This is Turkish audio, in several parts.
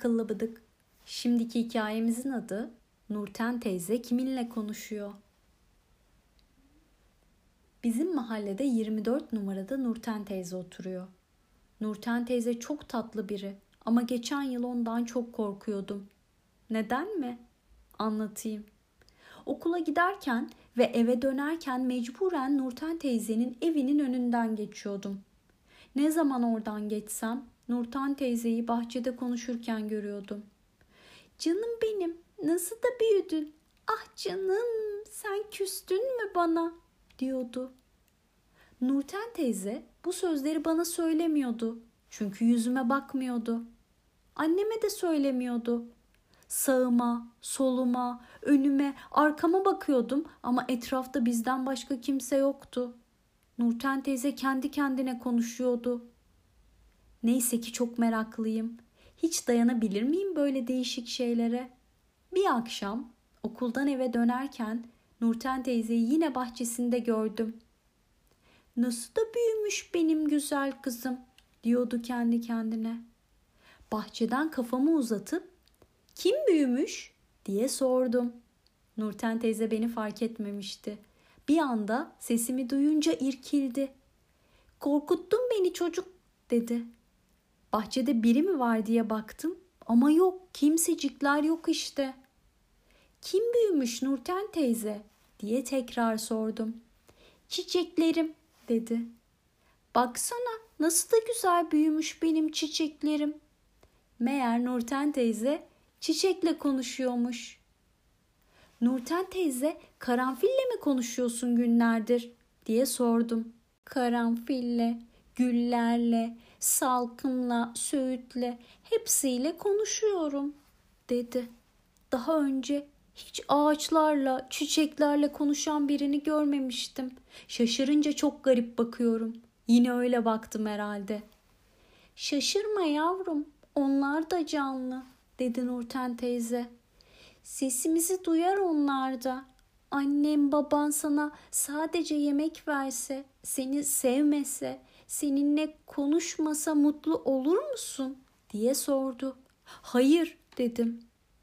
akıllı bıdık. Şimdiki hikayemizin adı Nurten teyze kiminle konuşuyor? Bizim mahallede 24 numarada Nurten teyze oturuyor. Nurten teyze çok tatlı biri ama geçen yıl ondan çok korkuyordum. Neden mi? Anlatayım. Okula giderken ve eve dönerken mecburen Nurten teyzenin evinin önünden geçiyordum. Ne zaman oradan geçsem Nurten teyzeyi bahçede konuşurken görüyordum. "Canım benim, nasıl da büyüdün? Ah canım, sen küstün mü bana?" diyordu. Nurten teyze bu sözleri bana söylemiyordu. Çünkü yüzüme bakmıyordu. Anneme de söylemiyordu. Sağıma, soluma, önüme, arkama bakıyordum ama etrafta bizden başka kimse yoktu. Nurten teyze kendi kendine konuşuyordu. Neyse ki çok meraklıyım. Hiç dayanabilir miyim böyle değişik şeylere? Bir akşam okuldan eve dönerken Nurten teyzeyi yine bahçesinde gördüm. "Nasıl da büyümüş benim güzel kızım," diyordu kendi kendine. Bahçeden kafamı uzatıp "Kim büyümüş?" diye sordum. Nurten teyze beni fark etmemişti. Bir anda sesimi duyunca irkildi. "Korkuttun beni çocuk," dedi. Bahçede biri mi var diye baktım ama yok, kimsecikler yok işte. "Kim büyümüş Nurten teyze?" diye tekrar sordum. "Çiçeklerim," dedi. "Baksana nasıl da güzel büyümüş benim çiçeklerim." Meğer Nurten teyze çiçekle konuşuyormuş. "Nurten teyze, karanfille mi konuşuyorsun günlerdir?" diye sordum. "Karanfille, güllerle, salkımla, söğütle hepsiyle konuşuyorum," dedi. Daha önce hiç ağaçlarla, çiçeklerle konuşan birini görmemiştim. Şaşırınca çok garip bakıyorum. Yine öyle baktım herhalde. "Şaşırma yavrum, onlar da canlı," dedi Nurten teyze. "Sesimizi duyar onlar da. Annem baban sana sadece yemek verse, seni sevmese, seninle konuşmasa mutlu olur musun?" diye sordu. "Hayır," dedim.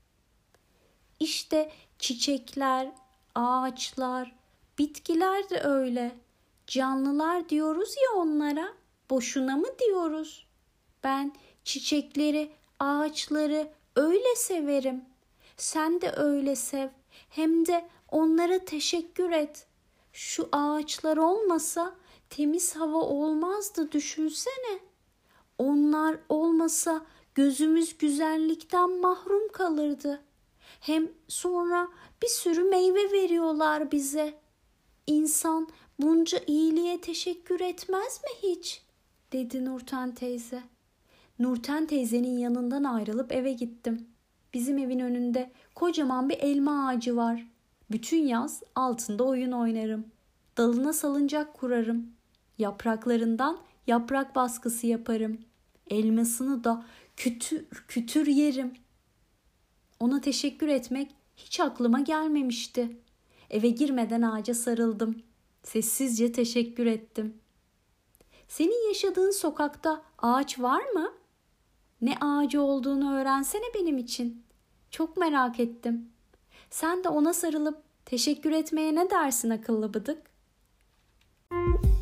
İşte çiçekler, ağaçlar, bitkiler de öyle. Canlılar diyoruz ya onlara, boşuna mı diyoruz? Ben çiçekleri, ağaçları öyle severim. Sen de öyle sev. Hem de onlara teşekkür et. Şu ağaçlar olmasa temiz hava olmazdı, düşünsene. Onlar olmasa gözümüz güzellikten mahrum kalırdı. Hem sonra bir sürü meyve veriyorlar bize. İnsan bunca iyiliğe teşekkür etmez mi hiç?" dedi Nurten teyze. Nurten teyzenin yanından ayrılıp eve gittim. Bizim evin önünde kocaman bir elma ağacı var. Bütün yaz altında oyun oynarım. Dalına salıncak kurarım. Yapraklarından yaprak baskısı yaparım. Elmasını da kütür kütür yerim. Ona teşekkür etmek hiç aklıma gelmemişti. Eve girmeden ağaca sarıldım. Sessizce teşekkür ettim. "Senin yaşadığın sokakta ağaç var mı? Ne ağacı olduğunu öğrensene benim için. Çok merak ettim. Sen de ona sarılıp teşekkür etmeye ne dersin akıllı bıdık?"